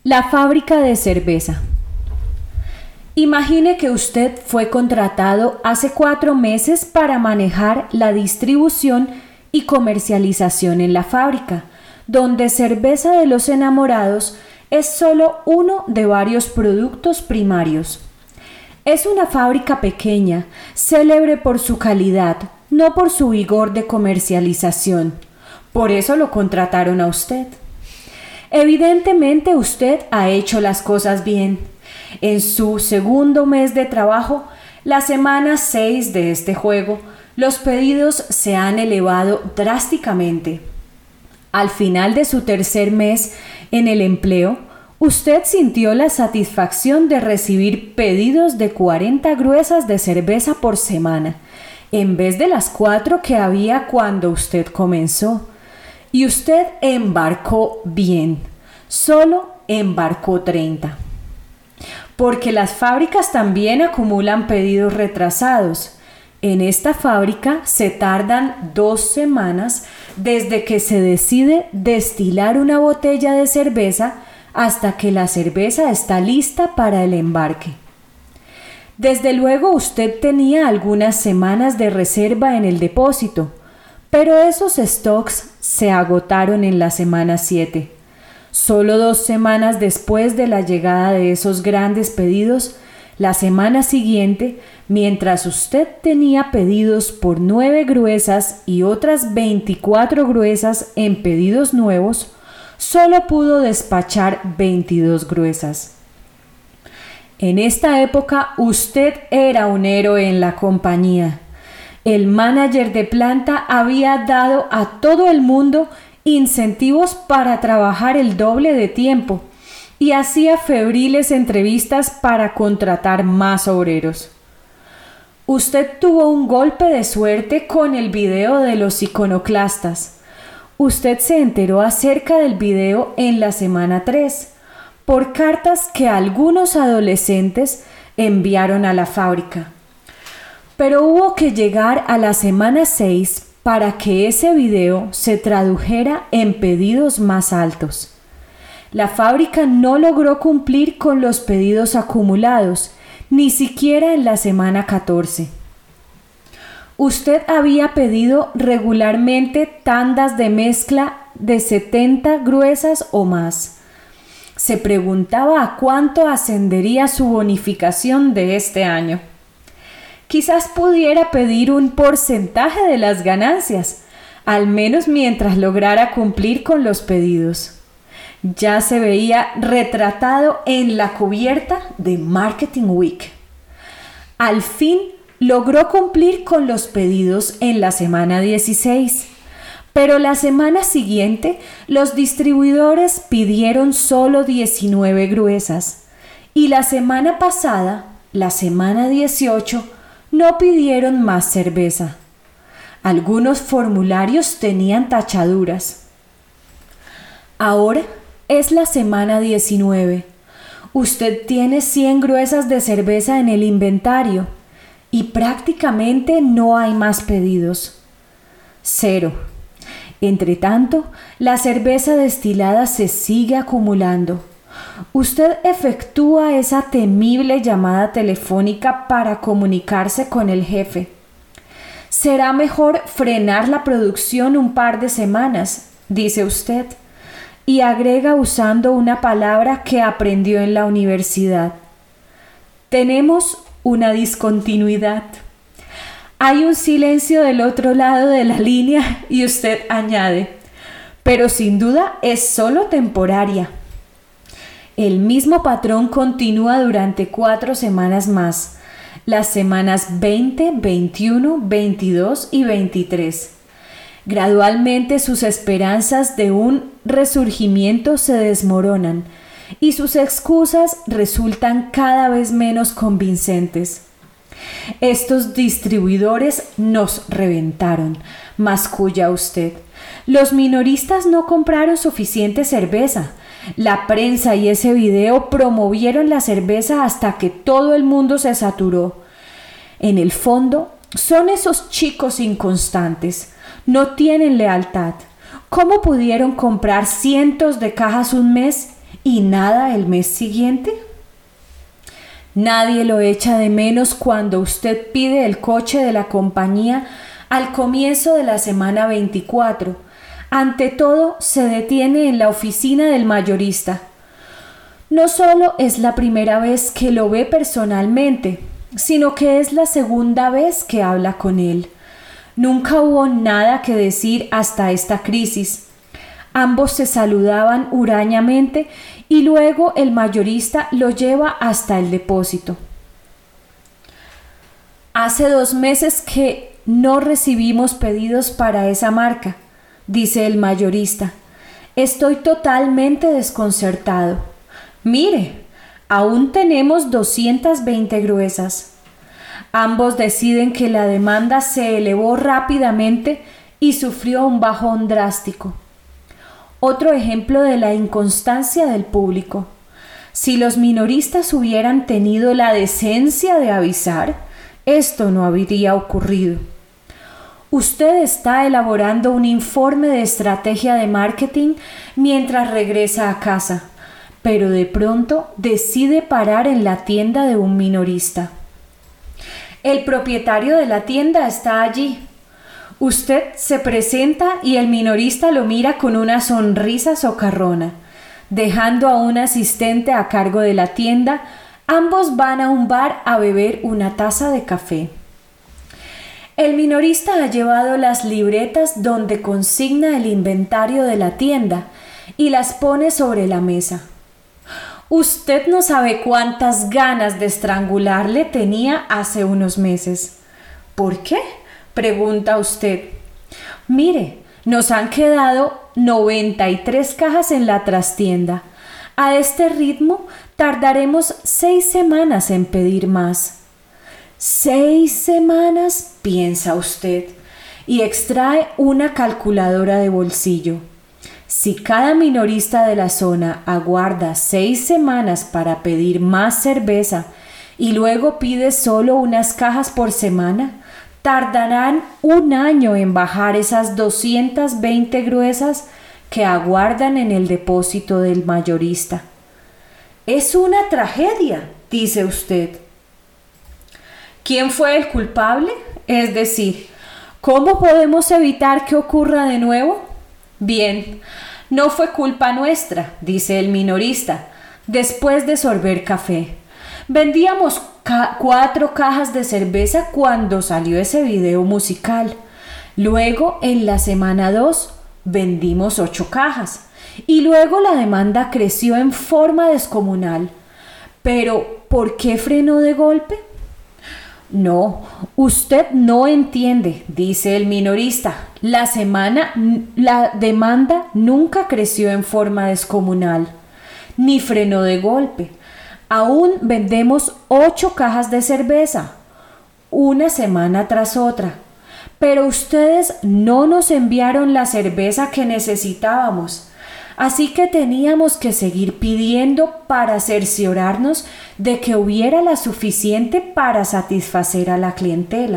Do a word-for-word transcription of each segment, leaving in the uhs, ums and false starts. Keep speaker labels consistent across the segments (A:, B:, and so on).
A: La fábrica de cerveza. Imagine que usted fue contratado hace cuatro meses para manejar la distribución y comercialización en la fábrica, donde Cerveza de los Enamorados es solo uno de varios productos primarios. Es una fábrica pequeña, célebre por su calidad, no por su vigor de comercialización. Por eso lo contrataron a usted. Evidentemente usted ha hecho las cosas bien. En su segundo mes de trabajo, la semana seis de este juego, los pedidos se han elevado drásticamente. Al final de su tercer mes en el empleo, usted sintió la satisfacción de recibir pedidos de cuarenta gruesas de cerveza por semana, en vez de las cuatro que había cuando usted comenzó. Y usted embarcó bien, solo embarcó treinta. Porque las fábricas también acumulan pedidos retrasados. En esta fábrica se tardan dos semanas desde que se decide destilar una botella de cerveza hasta que la cerveza está lista para el embarque. Desde luego usted tenía algunas semanas de reserva en el depósito, pero esos stocks se agotaron en la semana siete. Solo dos semanas después de la llegada de esos grandes pedidos, la semana siguiente, mientras usted tenía pedidos por nueve gruesas y otras veinticuatro gruesas en pedidos nuevos, solo pudo despachar veintidós gruesas. En esta época usted era un héroe en la compañía. El manager de planta había dado a todo el mundo incentivos para trabajar el doble de tiempo y hacía febriles entrevistas para contratar más obreros. Usted tuvo un golpe de suerte con el video de los iconoclastas. Usted se enteró acerca del video en la semana tres, por cartas que algunos adolescentes enviaron a la fábrica. Pero hubo que llegar a la semana seis para que ese video se tradujera en pedidos más altos. La fábrica no logró cumplir con los pedidos acumulados, ni siquiera en la semana catorce. Usted había pedido regularmente tandas de mezcla de setenta gruesas o más. Se preguntaba a cuánto ascendería su bonificación de este año. Quizás pudiera pedir un porcentaje de las ganancias, al menos mientras lograra cumplir con los pedidos. Ya se veía retratado en la cubierta de Marketing Week. Al fin logró cumplir con los pedidos en la semana dieciséis, pero la semana siguiente los distribuidores pidieron solo diecinueve gruesas y la semana pasada, la semana dieciocho, no pidieron más cerveza. Algunos formularios tenían tachaduras. Ahora es la semana diecinueve. Usted tiene cien gruesas de cerveza en el inventario y prácticamente no hay más pedidos. Cero. Entretanto, la cerveza destilada se sigue acumulando. Usted efectúa esa temible llamada telefónica para comunicarse con el jefe. Será mejor frenar la producción un par de semanas, dice usted, y agrega usando una palabra que aprendió en la universidad. Tenemos una discontinuidad. Hay un silencio del otro lado de la línea y usted añade, pero sin duda es solo temporaria. El mismo patrón continúa durante cuatro semanas más, las semanas veinte, veintiuno, veintidós y veintitrés. Gradualmente sus esperanzas de un resurgimiento se desmoronan y sus excusas resultan cada vez menos convincentes. Estos distribuidores nos reventaron, masculla usted. Los minoristas no compraron suficiente cerveza. La prensa y ese video promovieron la cerveza hasta que todo el mundo se saturó. En el fondo, son esos chicos inconstantes. No tienen lealtad. ¿Cómo pudieron comprar cientos de cajas un mes y nada el mes siguiente. Nadie lo echa de menos cuando usted pide el coche de la compañía al comienzo de la semana veinticuatro. Ante todo, se detiene en la oficina del mayorista. No solo es la primera vez que lo ve personalmente, sino que es la segunda vez que habla con él. Nunca hubo nada que decir hasta esta crisis. Ambos se saludaban hurañamente y luego el mayorista lo lleva hasta el depósito. Hace dos meses que no recibimos pedidos para esa marca, dice el mayorista. Estoy totalmente desconcertado. Mire, aún tenemos doscientas veinte gruesas. Ambos deciden que la demanda se elevó rápidamente y sufrió un bajón drástico. Otro ejemplo de la inconstancia del público. Si los minoristas hubieran tenido la decencia de avisar, esto no habría ocurrido. Usted está elaborando un informe de estrategia de marketing mientras regresa a casa, pero de pronto decide parar en la tienda de un minorista. El propietario de la tienda está allí. Usted se presenta y el minorista lo mira con una sonrisa socarrona. Dejando a un asistente a cargo de la tienda, ambos van a un bar a beber una taza de café. El minorista ha llevado las libretas donde consigna el inventario de la tienda y las pone sobre la mesa. Usted no sabe cuántas ganas de estrangularle tenía hace unos meses. ¿Por qué?, pregunta usted. Mire, nos han quedado noventa y tres cajas en la trastienda. A este ritmo tardaremos seis semanas en pedir más. ¿Seis semanas?, piensa usted, y extrae una calculadora de bolsillo. Si cada minorista de la zona aguarda seis semanas para pedir más cerveza y luego pide solo unas cajas por semana, tardarán un año en bajar esas doscientas veinte gruesas que aguardan en el depósito del mayorista. Es una tragedia, dice usted. ¿Quién fue el culpable? Es decir, ¿cómo podemos evitar que ocurra de nuevo? Bien, no fue culpa nuestra, dice el minorista, después de sorber café. Vendíamos ca- cuatro cajas de cerveza cuando salió ese video musical. Luego, en la semana dos, vendimos ocho cajas. Y luego la demanda creció en forma descomunal. Pero, ¿por qué frenó de golpe? No, usted no entiende, dice el minorista. La semana, la demanda nunca creció en forma descomunal, ni frenó de golpe. Aún vendemos ocho cajas de cerveza, una semana tras otra. Pero ustedes no nos enviaron la cerveza que necesitábamos. Así que teníamos que seguir pidiendo para cerciorarnos de que hubiera la suficiente para satisfacer a la clientela.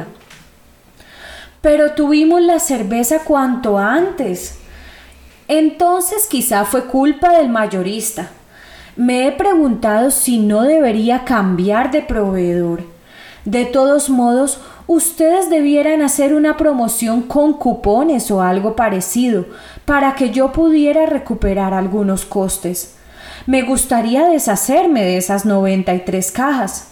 A: Pero tuvimos la cerveza cuanto antes. Entonces quizá fue culpa del mayorista. Me he preguntado si no debería cambiar de proveedor. De todos modos, ustedes debieran hacer una promoción con cupones o algo parecido para que yo pudiera recuperar algunos costes. Me gustaría deshacerme de esas noventa y tres cajas.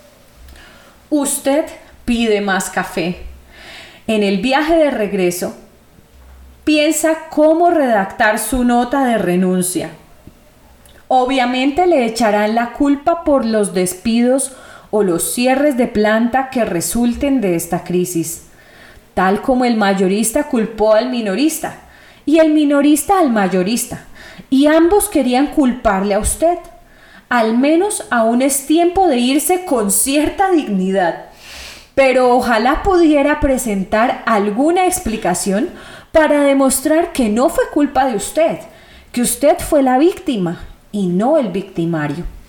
A: Usted pide más café. En el viaje de regreso, piensa cómo redactar su nota de renuncia. Obviamente le echarán la culpa por los despidos o los cierres de planta que resulten de esta crisis, tal como el mayorista culpó al minorista y el minorista al mayorista, y ambos querían culparle a usted. Al menos aún es tiempo de irse con cierta dignidad, pero ojalá pudiera presentar alguna explicación para demostrar que no fue culpa de usted, que usted fue la víctima y no el victimario.